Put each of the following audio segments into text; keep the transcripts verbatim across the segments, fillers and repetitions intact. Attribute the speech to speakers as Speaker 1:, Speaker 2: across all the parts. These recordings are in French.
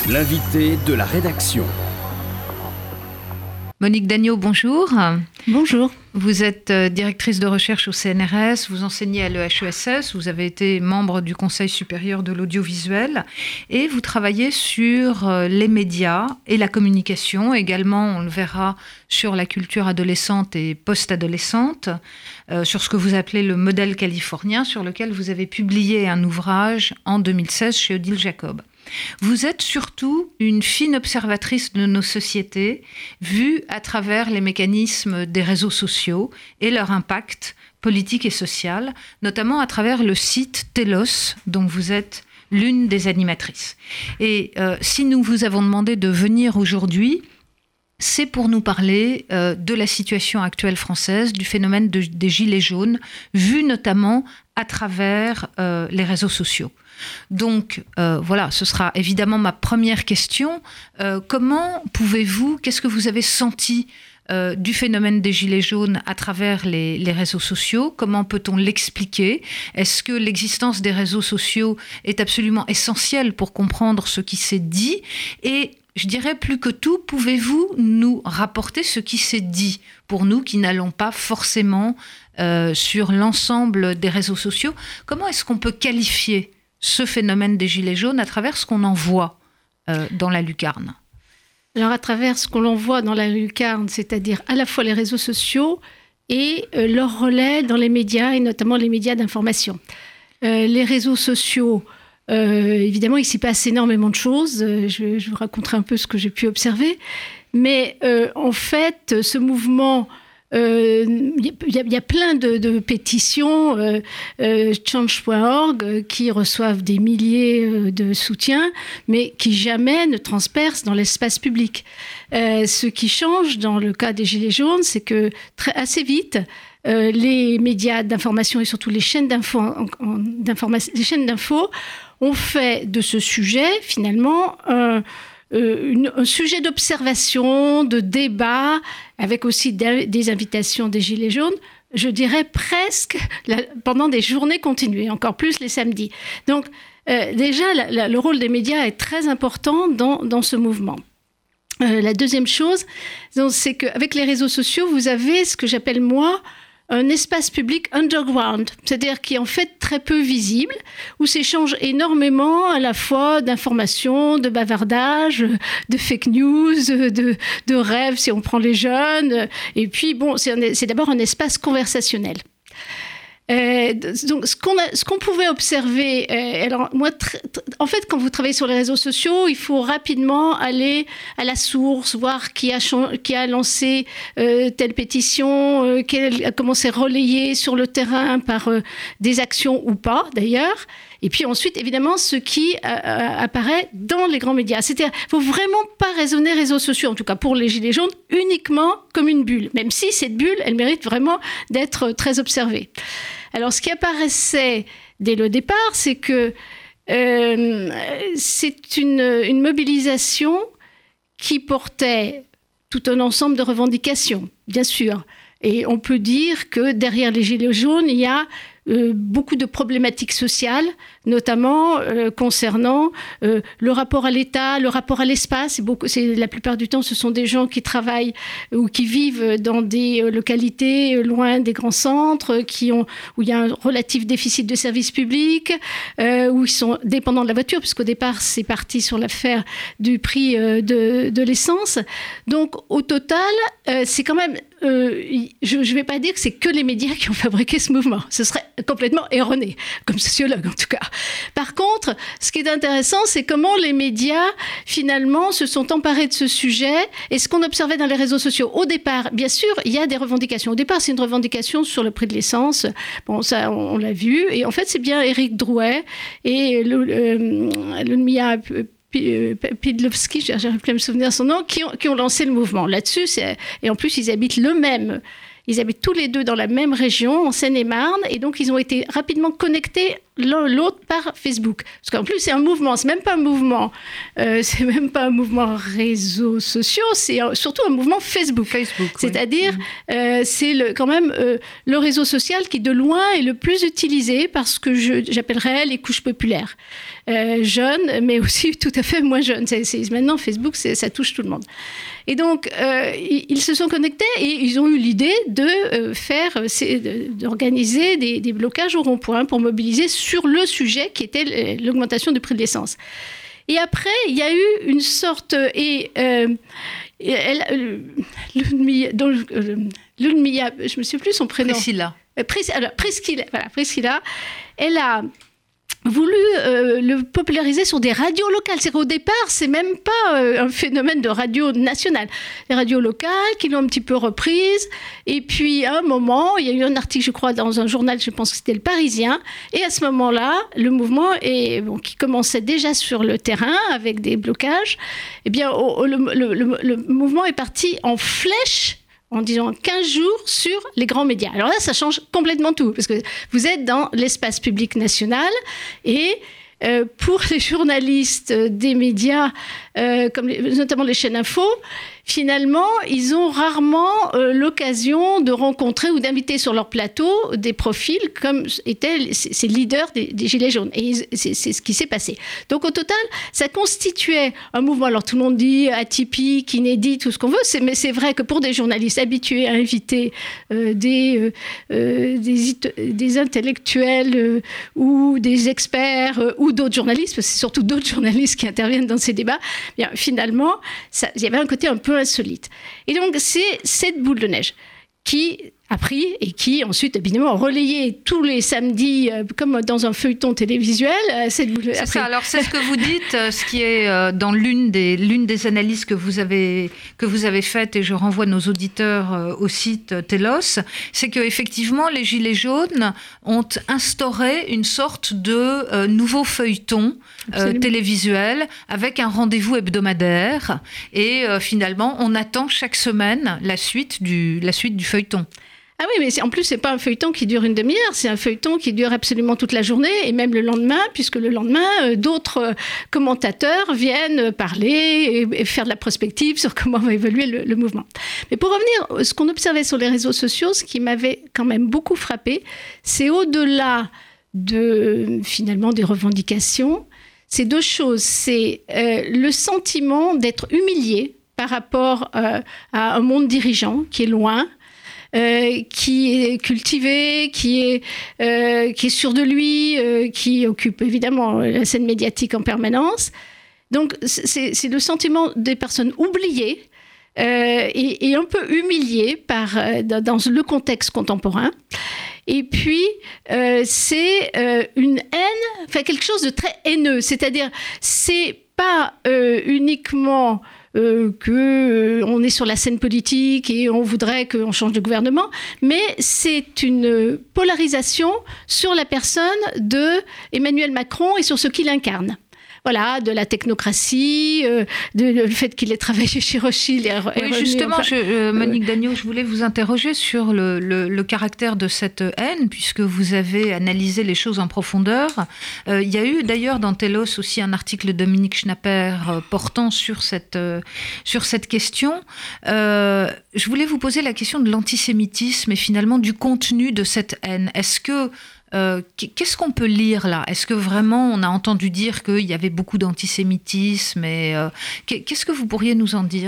Speaker 1: L'invité de la rédaction.
Speaker 2: Monique Dagneau, bonjour.
Speaker 3: Bonjour.
Speaker 2: Vous êtes directrice de recherche au C N R S, vous enseignez à l'E H E S S, vous avez été membre du Conseil supérieur de l'audiovisuel et vous travaillez sur les médias et la communication. Également, on le verra, sur la culture adolescente et post-adolescente, euh, sur ce que vous appelez le modèle californien, sur lequel vous avez publié un ouvrage en deux mille seize chez Odile Jacob. Vous êtes surtout une fine observatrice de nos sociétés, vue à travers les mécanismes des réseaux sociaux et leur impact politique et social, notamment à travers le site Telos, dont vous êtes l'une des animatrices. Et euh, si nous vous avons demandé de venir aujourd'hui, c'est pour nous parler euh, de la situation actuelle française, du phénomène de, des gilets jaunes, vu notamment à travers euh, les réseaux sociaux. Donc euh, voilà, ce sera évidemment ma première question. Euh, comment pouvez-vous, qu'est-ce que vous avez senti euh, du phénomène des gilets jaunes à travers les, les réseaux sociaux? Comment peut-on l'expliquer? Est-ce que l'existence des réseaux sociaux est absolument essentielle pour comprendre ce qui s'est dit? Et je dirais plus que tout, pouvez-vous nous rapporter ce qui s'est dit pour nous qui n'allons pas forcément euh, sur l'ensemble des réseaux sociaux? Comment est-ce qu'on peut qualifier ce phénomène des gilets jaunes à travers ce qu'on en voit euh, dans la lucarne?
Speaker 3: Alors à travers ce qu'on en voit dans la lucarne, c'est-à-dire à la fois les réseaux sociaux et euh, leur relais dans les médias, et notamment les médias d'information. Euh, les réseaux sociaux, euh, évidemment, il s'y passe énormément de choses. Euh, je, je vous raconterai un peu ce que j'ai pu observer. Mais euh, en fait, ce mouvement... Il euh, y, y a plein de, de pétitions, euh, euh, change point org, euh, qui reçoivent des milliers euh, de soutiens, mais qui jamais ne transpercent dans l'espace public. Euh, ce qui change dans le cas des Gilets jaunes, c'est que très, assez vite, euh, les médias d'information et surtout les chaînes d'info, en, en, les chaînes d'info ont fait de ce sujet, finalement, un... Euh, une, un sujet d'observation, de débat, avec aussi des, des invitations des Gilets jaunes, je dirais presque la, pendant des journées continuées, encore plus les samedis. Donc euh, déjà, la, la, le rôle des médias est très important dans, dans ce mouvement. Euh, la deuxième chose, donc, c'est qu'avec les réseaux sociaux, vous avez ce que j'appelle moi un espace public underground, c'est-à-dire qui est en fait très peu visible, où s'échangent énormément à la fois d'informations, de bavardages, de fake news, de, de rêves si on prend les jeunes. Et puis bon, c'est, un, c'est d'abord un espace conversationnel. Euh, donc, ce qu'on, a, ce qu'on pouvait observer, euh, alors moi, tr- tr- en fait, quand vous travaillez sur les réseaux sociaux, il faut rapidement aller à la source, voir qui a, ch- qui a lancé euh, telle pétition, euh, quelle, comment c'est relayé sur le terrain par euh, des actions ou pas, d'ailleurs. Et puis ensuite, évidemment, ce qui euh, apparaît dans les grands médias. C'est-à-dire, il ne faut vraiment pas raisonner réseaux sociaux, en tout cas pour les Gilets jaunes, uniquement comme une bulle, même si cette bulle, elle mérite vraiment d'être très observée. Alors, ce qui apparaissait dès le départ, c'est que euh, c'est une, une mobilisation qui portait tout un ensemble de revendications, bien sûr. Et on peut dire que derrière les Gilets jaunes, il y a Euh, beaucoup de problématiques sociales, notamment euh, concernant euh, le rapport à l'État, le rapport à l'espace. C'est beaucoup, c'est, la plupart du temps, ce sont des gens qui travaillent euh, ou qui vivent dans des euh, localités euh, loin des grands centres, qui ont, où il y a un relatif déficit de services publics, euh, où ils sont dépendants de la voiture, puisqu'au départ, c'est parti sur l'affaire du prix euh, de, de l'essence. Donc, au total, euh, c'est quand même... Euh, je ne vais pas dire que c'est que les médias qui ont fabriqué ce mouvement. Ce serait complètement erroné, comme sociologue en tout cas. Par contre, ce qui est intéressant, c'est comment les médias, finalement, se sont emparés de ce sujet et ce qu'on observait dans les réseaux sociaux. Au départ, bien sûr, il y a des revendications. Au départ, c'est une revendication sur le prix de l'essence. Bon, ça, on, on l'a vu. Et en fait, c'est bien Éric Drouet et Ludmilla Pidlowski, j'arrive plus à me souvenir son nom, qui ont, qui ont lancé le mouvement. Là-dessus, c'est, et en plus, ils habitent le même. Ils habitent tous les deux dans la même région, en Seine-et-Marne, et donc ils ont été rapidement connectés l'un l'autre par Facebook. Parce qu'en plus, c'est un mouvement, c'est même pas un mouvement, euh, c'est même pas un mouvement réseaux sociaux, c'est un, surtout un mouvement Facebook.
Speaker 2: Facebook
Speaker 3: C'est-à-dire,
Speaker 2: oui.
Speaker 3: euh, c'est le, quand même euh, le réseau social qui, de loin, est le plus utilisé par ce que je, j'appellerais les couches populaires. Euh, jeunes, mais aussi tout à fait moins jeunes. C'est, c'est, maintenant, Facebook, c'est, ça touche tout le monde. Et donc, euh, ils se sont connectés et ils ont eu l'idée de euh, faire, c'est, de, d'organiser des, des blocages au rond-point pour mobiliser sur le sujet qui était l'augmentation du prix de l'essence. Et après, il y a eu une sorte... Et, euh, elle, euh, Ludmilla, donc, euh, Ludmilla, je ne me souviens plus son prénom.
Speaker 2: Priscilla.
Speaker 3: Euh, Pris, alors, Priscilla, voilà, Priscilla, elle a voulu euh, le populariser sur des radios locales. C'est qu'au départ, c'est même pas euh, un phénomène de radio nationale. Les radios locales qui l'ont un petit peu reprise. Et puis, à un moment, il y a eu un article, je crois, dans un journal, je pense que c'était Le Parisien. Et à ce moment-là, le mouvement, est, bon, qui commençait déjà sur le terrain avec des blocages, eh bien, au, au, le, le, le, le mouvement est parti en flèche en disant quinze jours sur les grands médias. Alors là, ça change complètement tout, parce que vous êtes dans l'espace public national et euh, pour les journalistes des médias, euh, comme les, notamment les chaînes info, finalement, ils ont rarement euh, l'occasion de rencontrer ou d'inviter sur leur plateau des profils comme étaient ces leaders des, des Gilets jaunes. Et c'est, c'est ce qui s'est passé. Donc, au total, ça constituait un mouvement. Alors, tout le monde dit atypique, inédit, tout ce qu'on veut. C'est, mais c'est vrai que pour des journalistes habitués à inviter euh, des, euh, euh, des, des intellectuels euh, ou des experts euh, ou d'autres journalistes, parce que c'est surtout d'autres journalistes qui interviennent dans ces débats, bien, finalement, ça, il y avait un côté un peu insolite. Et donc, c'est cette boule de neige qui a pris et qui ensuite, évidemment, a relayé tous les samedis, euh, comme dans un feuilleton télévisuel. Euh, cette boule,
Speaker 2: c'est
Speaker 3: après...
Speaker 2: ça, alors c'est ce que vous dites, euh, ce qui est euh, dans l'une des, l'une des analyses que vous avez, que vous avez faites, et je renvoie nos auditeurs euh, au site Telos, c'est qu'effectivement, les Gilets jaunes ont instauré une sorte de euh, nouveau feuilleton euh, télévisuel avec un rendez-vous hebdomadaire, et euh, finalement, on attend chaque semaine la suite du, la suite du feuilleton.
Speaker 3: Ah oui, mais c'est, en plus, c'est pas un feuilleton qui dure une demi-heure, c'est un feuilleton qui dure absolument toute la journée, et même le lendemain, puisque le lendemain, euh, d'autres euh, commentateurs viennent parler et, et faire de la prospective sur comment va évoluer le, le mouvement. Mais pour revenir, ce qu'on observait sur les réseaux sociaux, ce qui m'avait quand même beaucoup frappé, c'est au-delà de, finalement, des revendications, c'est deux choses. C'est euh, le sentiment d'être humilié par rapport euh, à un monde dirigeant qui est loin, Euh, qui est cultivé, qui est, euh, qui est sûr de lui, euh, qui occupe évidemment la scène médiatique en permanence. Donc, c'est, c'est le sentiment des personnes oubliées euh, et, et un peu humiliées par, euh, dans le contexte contemporain. Et puis, euh, c'est euh, une haine, enfin quelque chose de très haineux. C'est-à-dire, c'est pas euh, uniquement... Euh, qu'on euh, est sur la scène politique et on voudrait qu'on change de gouvernement, mais c'est une polarisation sur la personne de Emmanuel Macron et sur ce qu'il incarne. Voilà, de la technocratie, euh, de, de, le fait qu'il ait travaillé chez Rothschild. Et,
Speaker 2: oui,
Speaker 3: et
Speaker 2: justement,
Speaker 3: enfin,
Speaker 2: je, euh, Monique Dagneau, je voulais vous interroger sur le, le, le caractère de cette haine, puisque vous avez analysé les choses en profondeur. Euh, il y a eu d'ailleurs dans Telos aussi un article de Dominique Schnapper euh, portant sur cette, euh, sur cette question. Euh, je voulais vous poser la question de l'antisémitisme et finalement du contenu de cette haine. Est-ce que Euh, qu'est-ce qu'on peut lire là ? Est-ce que vraiment on a entendu dire qu'il y avait beaucoup d'antisémitisme et, euh, qu'est-ce que vous pourriez nous en dire ?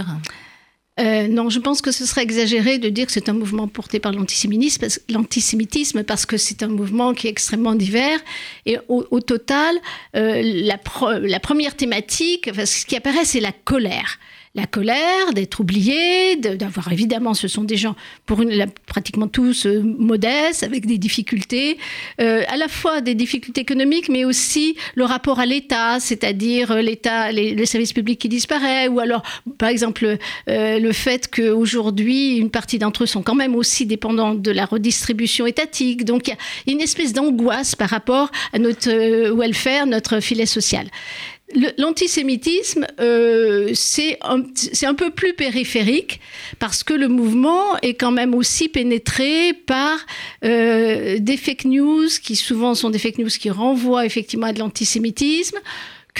Speaker 3: Euh, non, je pense que ce serait exagéré de dire que c'est un mouvement porté par l'antisémitisme parce, l'antisémitisme, parce que c'est un mouvement qui est extrêmement divers. Et au, au total, euh, la, pro, la première thématique, enfin, ce qui apparaît, c'est la colère. La colère, d'être oublié, de, d'avoir évidemment, ce sont des gens, pour une, la, pratiquement tous euh, modestes, avec des difficultés, euh, à la fois des difficultés économiques, mais aussi le rapport à l'État, c'est-à-dire euh, l'État, les, le service public qui disparaît, ou alors, par exemple, euh, le fait qu'aujourd'hui, une partie d'entre eux sont quand même aussi dépendants de la redistribution étatique. Donc, il y a une espèce d'angoisse par rapport à notre euh, welfare, notre filet social. Le, l'antisémitisme, euh, c'est, un, c'est un peu plus périphérique parce que le mouvement est quand même aussi pénétré par euh, des fake news qui souvent sont des fake news qui renvoient effectivement à de l'antisémitisme. Que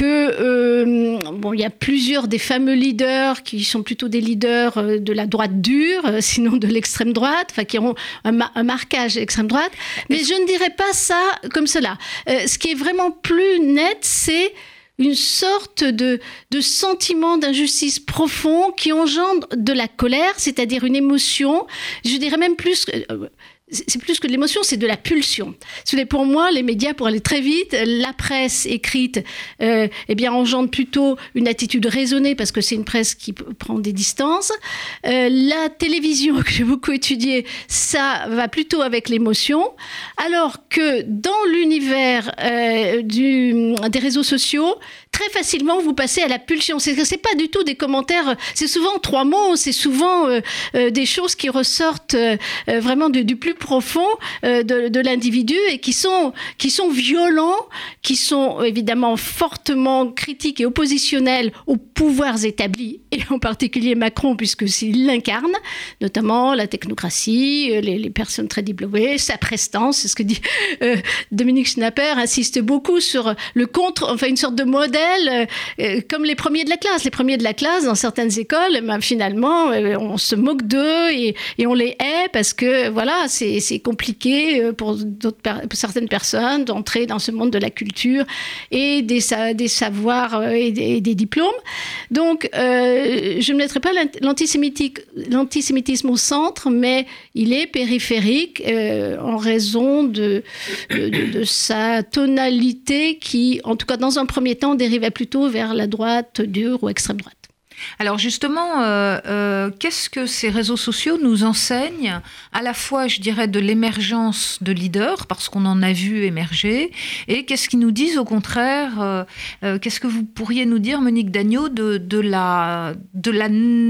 Speaker 3: euh, bon, il y a plusieurs des fameux leaders qui sont plutôt des leaders euh, de la droite dure, euh, sinon de l'extrême droite, enfin qui ont un, ma- un marquage extrême droite. Mais je ne dirais pas ça comme cela. Euh, ce qui est vraiment plus net, c'est une sorte de, de sentiment d'injustice profond qui engendre de la colère, c'est-à-dire une émotion. Je dirais même plus que euh, c'est plus que de l'émotion, c'est de la pulsion. Pour moi, les médias, pour aller très vite, la presse écrite, euh, eh bien, engendre plutôt une attitude raisonnée parce que c'est une presse qui prend des distances. Euh, la télévision, que j'ai beaucoup étudiée, ça va plutôt avec l'émotion. Alors que dans l'univers euh, du, des réseaux sociaux, très facilement, vous passez à la pulsion. C'est, c'est pas du tout des commentaires, c'est souvent trois mots, c'est souvent euh, euh, des choses qui ressortent euh, vraiment du, du plus profond euh, de, de l'individu et qui sont, qui sont violents, qui sont évidemment fortement critiques et oppositionnels aux pouvoirs établis, et en particulier Macron, puisque s'il l'incarne, notamment la technocratie, les, les personnes très diplômées, sa prestance, c'est ce que dit euh, Dominique Schnapper, insiste beaucoup sur le contre, enfin une sorte de modèle Euh, comme les premiers de la classe. Les premiers de la classe, dans certaines écoles, ben, finalement, euh, on se moque d'eux et, et on les hait parce que voilà, c'est, c'est compliqué pour, d'autres, pour certaines personnes d'entrer dans ce monde de la culture et des, des savoirs et des, et des diplômes. Donc, euh, je ne mettrai pas l'antisémitisme au centre, mais il est périphérique euh, en raison de, de, de, de sa tonalité qui, en tout cas dans un premier temps, dérivait plutôt vers la droite dure ou extrême droite.
Speaker 2: Alors justement, euh, euh, qu'est-ce que ces réseaux sociaux nous enseignent à la fois, je dirais, de l'émergence de leaders, parce qu'on en a vu émerger, et qu'est-ce qu'ils nous disent au contraire, euh, euh, qu'est-ce que vous pourriez nous dire, Monique Dagneau, de, de, la, de, la,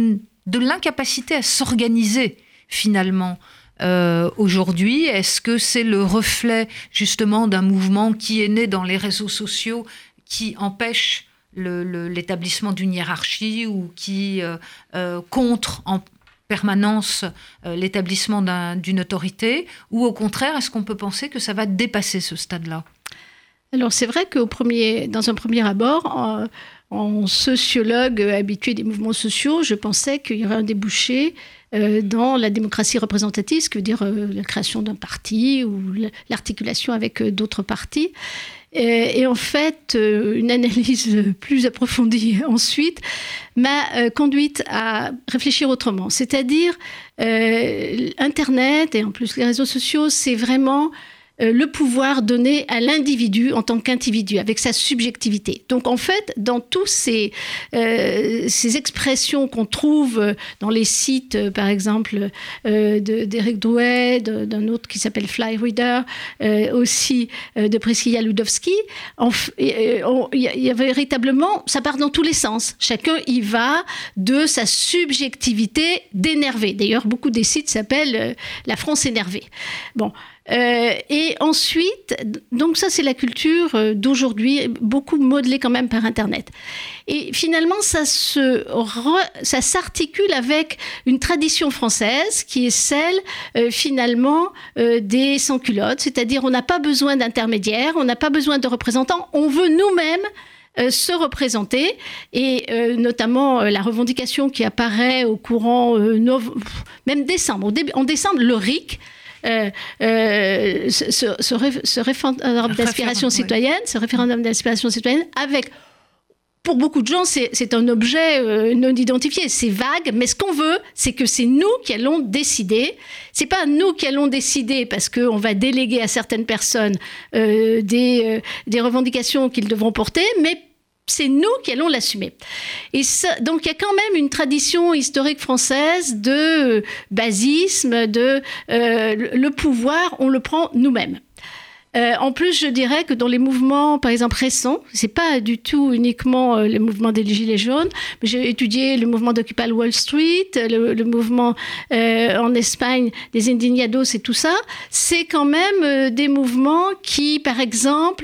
Speaker 2: de l'incapacité à s'organiser finalement Euh, aujourd'hui? Est-ce que c'est le reflet justement d'un mouvement qui est né dans les réseaux sociaux, qui empêche le, le, l'établissement d'une hiérarchie ou qui euh, euh, contre en permanence euh, l'établissement d'un, d'une autorité, ou au contraire, est-ce qu'on peut penser que ça va dépasser ce stade-là?
Speaker 3: Alors c'est vrai qu'au premier, dans un premier abord, en, en sociologue habitué des mouvements sociaux, je pensais qu'il y aurait un débouché euh, dans la démocratie représentative, ce qui veut dire euh, la création d'un parti ou l'articulation avec euh, d'autres partis. Et, et en fait, euh, une analyse plus approfondie ensuite m'a euh, conduite à réfléchir autrement. C'est-à-dire, euh, Internet et en plus les réseaux sociaux, c'est vraiment euh, le pouvoir donné à l'individu en tant qu'individu, avec sa subjectivité. Donc en fait, dans tous ces, euh, ces expressions qu'on trouve dans les sites, euh, par exemple, euh, de, d'Éric Drouet, de, d'un autre qui s'appelle Flyreader, euh, aussi euh, de Priscilla Ludowski, il y a véritablement, ça part dans tous les sens. Chacun y va de sa subjectivité d'énervé. D'ailleurs, beaucoup des sites s'appellent euh, La France énervée. Bon. Euh, et ensuite, donc ça c'est la culture d'aujourd'hui, beaucoup modelée quand même par Internet. Et finalement, ça, se re, ça s'articule avec une tradition française qui est celle euh, finalement euh, des sans-culottes, c'est-à-dire on n'a pas besoin d'intermédiaires, on n'a pas besoin de représentants, on veut nous-mêmes Euh, se représenter, et euh, notamment euh, la revendication qui apparaît au courant euh, nov- même décembre. Au début, en décembre, le R I C, euh, euh, ce, ce, ce, ré, ce référendum d'aspiration citoyenne, ouais. ce référendum d'aspiration citoyenne, avec, pour beaucoup de gens, c'est, c'est un objet euh, non identifié, c'est vague, mais ce qu'on veut, c'est que c'est nous qui allons décider. C'est pas nous qui allons décider parce qu'on va déléguer à certaines personnes euh, des, euh, des revendications qu'ils devront porter, mais c'est nous qui allons l'assumer. Et ça, donc il y a quand même une tradition historique française de basisme, de euh, le pouvoir, on le prend nous-mêmes. Euh, en plus, je dirais que dans les mouvements, par exemple, récents, c'est pas du tout uniquement euh, les mouvements des Gilets jaunes, mais j'ai étudié le mouvement d'Occupy Wall Street, le, le mouvement euh, en Espagne des Indignados et tout ça. C'est quand même euh, des mouvements qui, par exemple,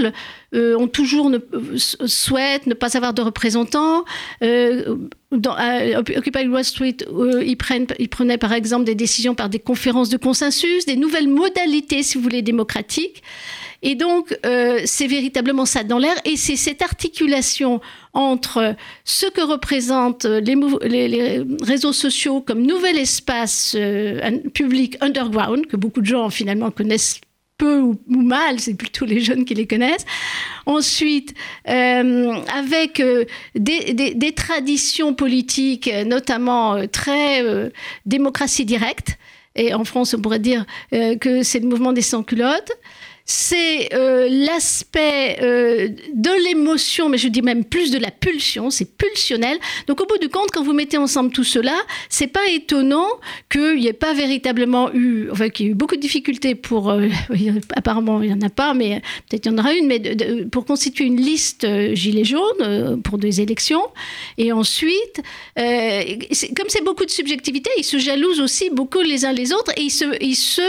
Speaker 3: euh, ont toujours ne, souhaitent ne pas avoir de représentants. Euh, dans, à Occupy Wall Street, euh, ils, prennent, ils prenaient par exemple des décisions par des conférences de consensus, des nouvelles modalités, si vous voulez, démocratiques. Et donc, euh, c'est véritablement ça dans l'air. Et c'est cette articulation entre ce que représentent les, les, les réseaux sociaux comme nouvel espace euh, public underground, que beaucoup de gens finalement connaissent peu ou, ou mal, c'est plutôt les jeunes qui les connaissent. Ensuite, euh, avec euh, des, des, des traditions politiques, notamment euh, très euh, démocratie directe. Et en France, on pourrait dire euh, que c'est le mouvement des sans-culottes. C'est euh, l'aspect euh, de l'émotion, mais je dis même plus de la pulsion, c'est pulsionnel. Donc au bout du compte, quand vous mettez ensemble tout cela, c'est pas étonnant qu'il n'y ait pas véritablement eu, enfin qu'il y ait eu beaucoup de difficultés pour, euh, apparemment il n'y en a pas, mais peut-être il y en aura une, mais de, de, pour constituer une liste euh, gilets jaunes euh, pour des élections. Et ensuite, euh, c'est, comme c'est beaucoup de subjectivité, ils se jalousent aussi beaucoup les uns les autres et ils se... Ils se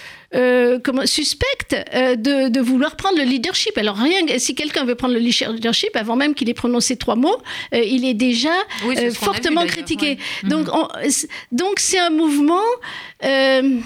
Speaker 3: Euh, comment, suspecte euh, de, de vouloir prendre le leadership. Alors, rien, si quelqu'un veut prendre le leadership, avant même qu'il ait prononcé trois mots, euh, il est déjà oui, c'est euh, fortement vu, critiqué. Ouais. Donc, on, donc, c'est un mouvement euh,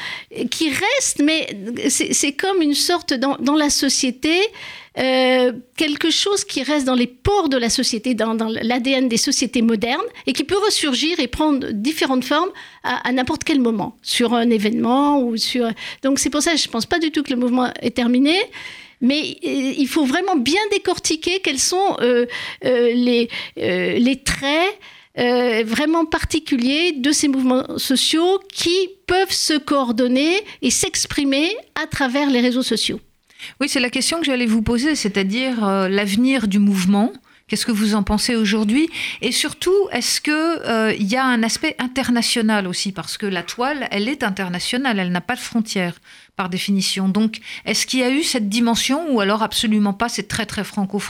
Speaker 3: qui reste, mais c'est, c'est comme une sorte, dans, dans la société, Euh, quelque chose qui reste dans les pores de la société, dans, dans l'A D N des sociétés modernes, et qui peut ressurgir et prendre différentes formes à, à n'importe quel moment, sur un événement ou sur... Donc c'est pour ça que je ne pense pas du tout que le mouvement est terminé. Mais euh, il faut vraiment bien décortiquer quels sont euh, euh, les, euh, les traits euh, vraiment particuliers de ces mouvements sociaux qui peuvent se coordonner et s'exprimer à travers les réseaux sociaux.
Speaker 2: Oui, c'est la question que j'allais vous poser, c'est-à-dire euh, l'avenir du mouvement. Qu'est-ce que vous en pensez aujourd'hui ? Et surtout, est-ce qu'il euh, y a un aspect international aussi ? Parce que la toile, elle est internationale, elle n'a pas de frontières, par définition. Donc, est-ce qu'il y a eu cette dimension ou alors absolument pas, c'est très très franco-français ?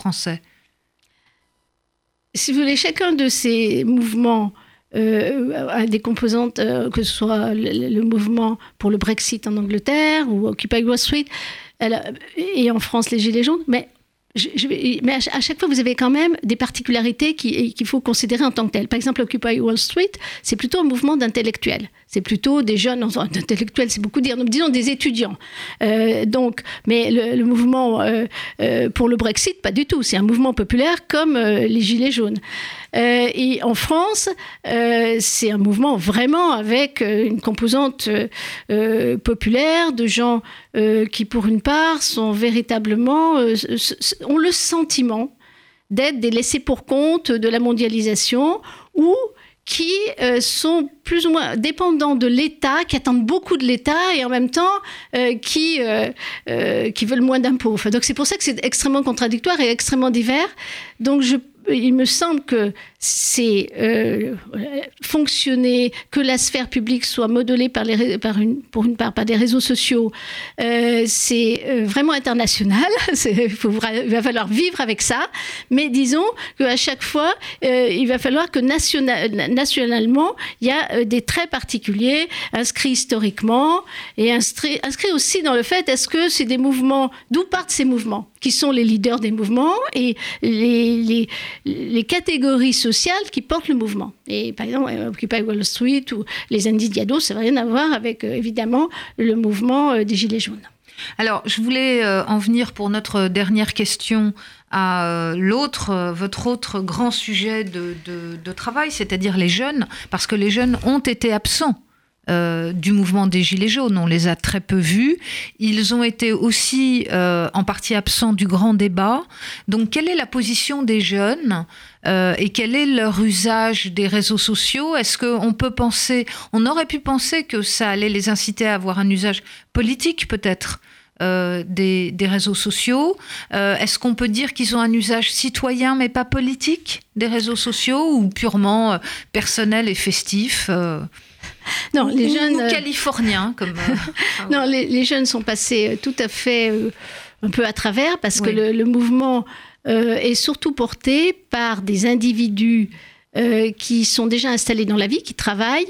Speaker 3: Si vous voulez, chacun de ces mouvements euh, a des composantes, euh, que ce soit le, le mouvement pour le Brexit en Angleterre ou Occupy Wall Street, elle, et en France les Gilets jaunes, mais, je, je, mais à chaque fois vous avez quand même des particularités qui, qu'il faut considérer en tant que telles. Par exemple, Occupy Wall Street, c'est plutôt un mouvement d'intellectuels. C'est plutôt des jeunes, enfin, d'intellectuels, c'est beaucoup dire, disons des étudiants. Euh, donc, mais le, le mouvement euh, euh, pour le Brexit, pas du tout. C'est un mouvement populaire comme euh, les Gilets jaunes. Euh, et en France, euh, c'est un mouvement vraiment avec euh, une composante euh, populaire de gens euh, qui, pour une part, sont véritablement, euh, ont le sentiment d'être des laissés-pour-compte de la mondialisation ou qui euh, sont plus ou moins dépendants de l'État, qui attendent beaucoup de l'État et en même temps euh, qui, euh, euh, qui veulent moins d'impôts. Enfin, donc c'est pour ça que c'est extrêmement contradictoire et extrêmement divers. Donc je il me semble que c'est euh, fonctionner, que la sphère publique soit modelée par les, par une, pour une part par des réseaux sociaux, euh, c'est euh, vraiment international. C'est, faut, il va falloir vivre avec ça. Mais disons qu'à chaque fois, euh, il va falloir que national, nationalement, il y a euh, des traits particuliers inscrits historiquement et inscrits, inscrits aussi dans le fait, est-ce que c'est des mouvements, d'où partent ces mouvements ? Qui sont les leaders des mouvements et les, les, les catégories sociales qui portent le mouvement. Et par exemple, Occupy Wall Street ou les Indignados, ça n'a rien à voir avec, euh, évidemment, le mouvement euh, des Gilets jaunes.
Speaker 2: Alors, je voulais euh, en venir pour notre dernière question à euh, l'autre, euh, votre autre grand sujet de, de, de travail, c'est-à-dire les jeunes, parce que les jeunes ont été absents Euh, du mouvement des Gilets jaunes. On les a très peu vus. Ils ont été aussi euh, en partie absents du grand débat. Donc, quelle est la position des jeunes euh, et quel est leur usage des réseaux sociaux ? Est-ce qu'on peut penser, on aurait pu penser que ça allait les inciter à avoir un usage politique peut-être euh, des, des réseaux sociaux ? euh, Est-ce qu'on peut dire qu'ils ont un usage citoyen mais pas politique des réseaux sociaux ou purement euh, personnel et festif euh
Speaker 3: Non, les
Speaker 2: ou,
Speaker 3: jeunes
Speaker 2: ou californiens comme. Euh,
Speaker 3: non, les, les jeunes sont passés tout à fait euh, un peu à travers parce oui. que le, le mouvement euh, est surtout porté par des individus euh, qui sont déjà installés dans la vie, qui travaillent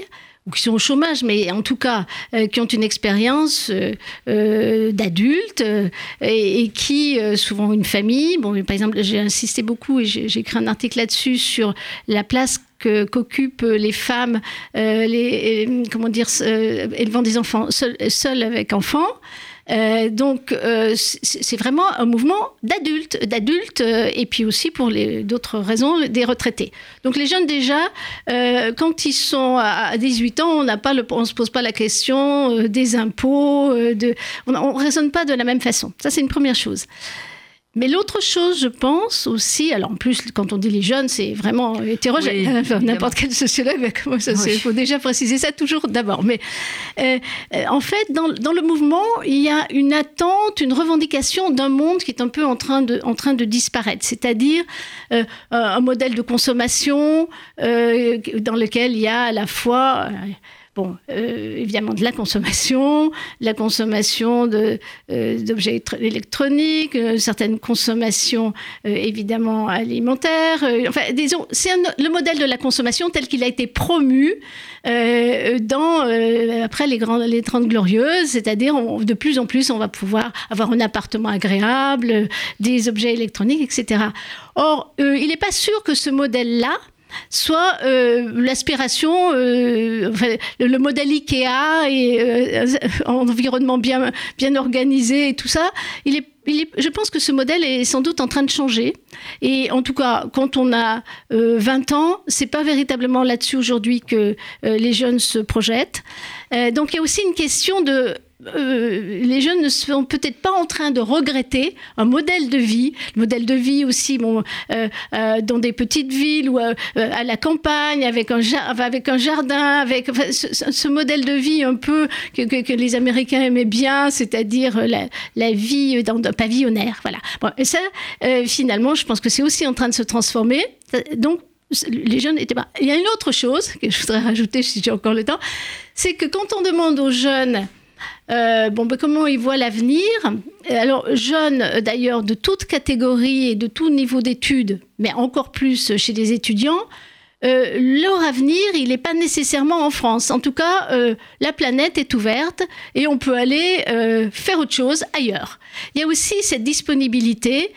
Speaker 3: ou qui sont au chômage, mais en tout cas euh, qui ont une expérience euh, euh, d'adulte euh, et, et qui euh, souvent ont une famille. Bon, par exemple, j'ai insisté beaucoup et j'ai, j'ai écrit un article là-dessus sur la place que, qu'occupent les femmes, euh, les, les, comment dire, euh, élevant des enfants seuls, seuls avec enfants. Euh, donc, euh, c'est, c'est vraiment un mouvement d'adultes, d'adultes euh, et puis aussi pour les, d'autres raisons, des retraités. Donc, les jeunes, déjà, euh, quand ils sont à dix-huit ans, on n'a pas le, on ne se pose pas la question euh, des impôts, euh, de, on ne raisonne pas de la même façon. Ça, c'est une première chose. Mais l'autre chose, je pense aussi, alors en plus, quand on dit les jeunes, c'est vraiment hétérogène. Oui, enfin, n'importe quel sociologue, comment ça, il oui. faut déjà préciser ça toujours d'abord. Mais euh, en fait, dans, dans le mouvement, il y a une attente, une revendication d'un monde qui est un peu en train de, en train de disparaître. C'est-à-dire euh, un modèle de consommation euh, dans lequel il y a à la fois... Euh, Bon, euh, évidemment, de la consommation, la consommation de, euh, d'objets électroniques, euh, certaines consommations, euh, évidemment, alimentaires. Euh, enfin, disons, c'est un, le modèle de la consommation tel qu'il a été promu euh, dans, euh, après les, grandes, les Trente Glorieuses, c'est-à-dire, on, de plus en plus, on va pouvoir avoir un appartement agréable, euh, des objets électroniques, et cetera. Or, euh, il n'est pas sûr que ce modèle-là, soit euh, l'aspiration, euh, enfin, le, le modèle Ikea et euh, en environnement bien, bien organisé et tout ça, il est, il est, je pense que ce modèle est sans doute en train de changer. Et en tout cas, quand on a euh, vingt ans, c'est pas véritablement là-dessus aujourd'hui que euh, les jeunes se projettent. Euh, donc il y a aussi une question de... Euh, les jeunes ne sont peut-être pas en train de regretter un modèle de vie, le modèle de vie aussi bon, euh, euh, dans des petites villes ou euh, à la campagne, avec un, avec un jardin, avec enfin, ce, ce modèle de vie un peu que, que, que les Américains aimaient bien, c'est-à-dire la, la vie dans un pavillonnaire. Voilà. Bon, et ça, euh, finalement, je pense que c'est aussi en train de se transformer. Donc, les jeunes étaient pas. Il y a une autre chose que je voudrais rajouter si j'ai encore le temps, c'est que quand on demande aux jeunes Euh, bon, ben, comment ils voient l'avenir. Alors, jeunes, d'ailleurs, de toute catégorie et de tout niveau d'études, mais encore plus chez les étudiants, euh, leur avenir, il n'est pas nécessairement en France. En tout cas, euh, la planète est ouverte et on peut aller euh, faire autre chose ailleurs. Il y a aussi cette disponibilité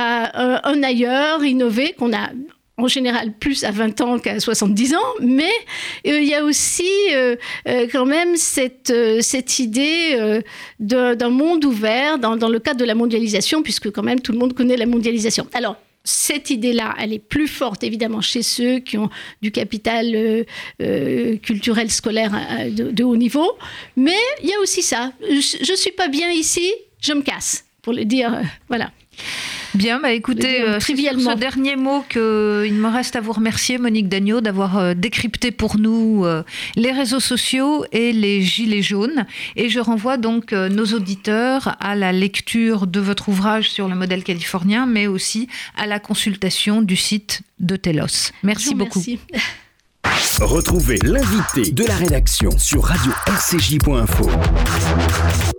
Speaker 3: à euh, un ailleurs, innover, qu'on a... en général plus à vingt ans qu'à soixante-dix ans, mais euh, il y a aussi euh, euh, quand même cette, euh, cette idée euh, de, d'un monde ouvert dans, dans le cadre de la mondialisation, puisque quand même tout le monde connaît la mondialisation. Alors, cette idée-là, elle est plus forte évidemment chez ceux qui ont du capital euh, euh, culturel, scolaire euh, de, de haut niveau, mais il y a aussi ça. Je ne suis pas bien ici, je me casse, pour le dire, euh, voilà.
Speaker 2: Bien, bah écoutez, euh, c'est sur ce dernier mot qu'il me reste à vous remercier, Monique Dagneau, d'avoir euh, décrypté pour nous euh, les réseaux sociaux et les gilets jaunes. Et je renvoie donc euh, nos auditeurs à la lecture de votre ouvrage sur le modèle californien, mais aussi à la consultation du site de Telos. Merci beaucoup. Merci.
Speaker 1: Retrouvez l'invité de la rédaction sur radio r c j point info.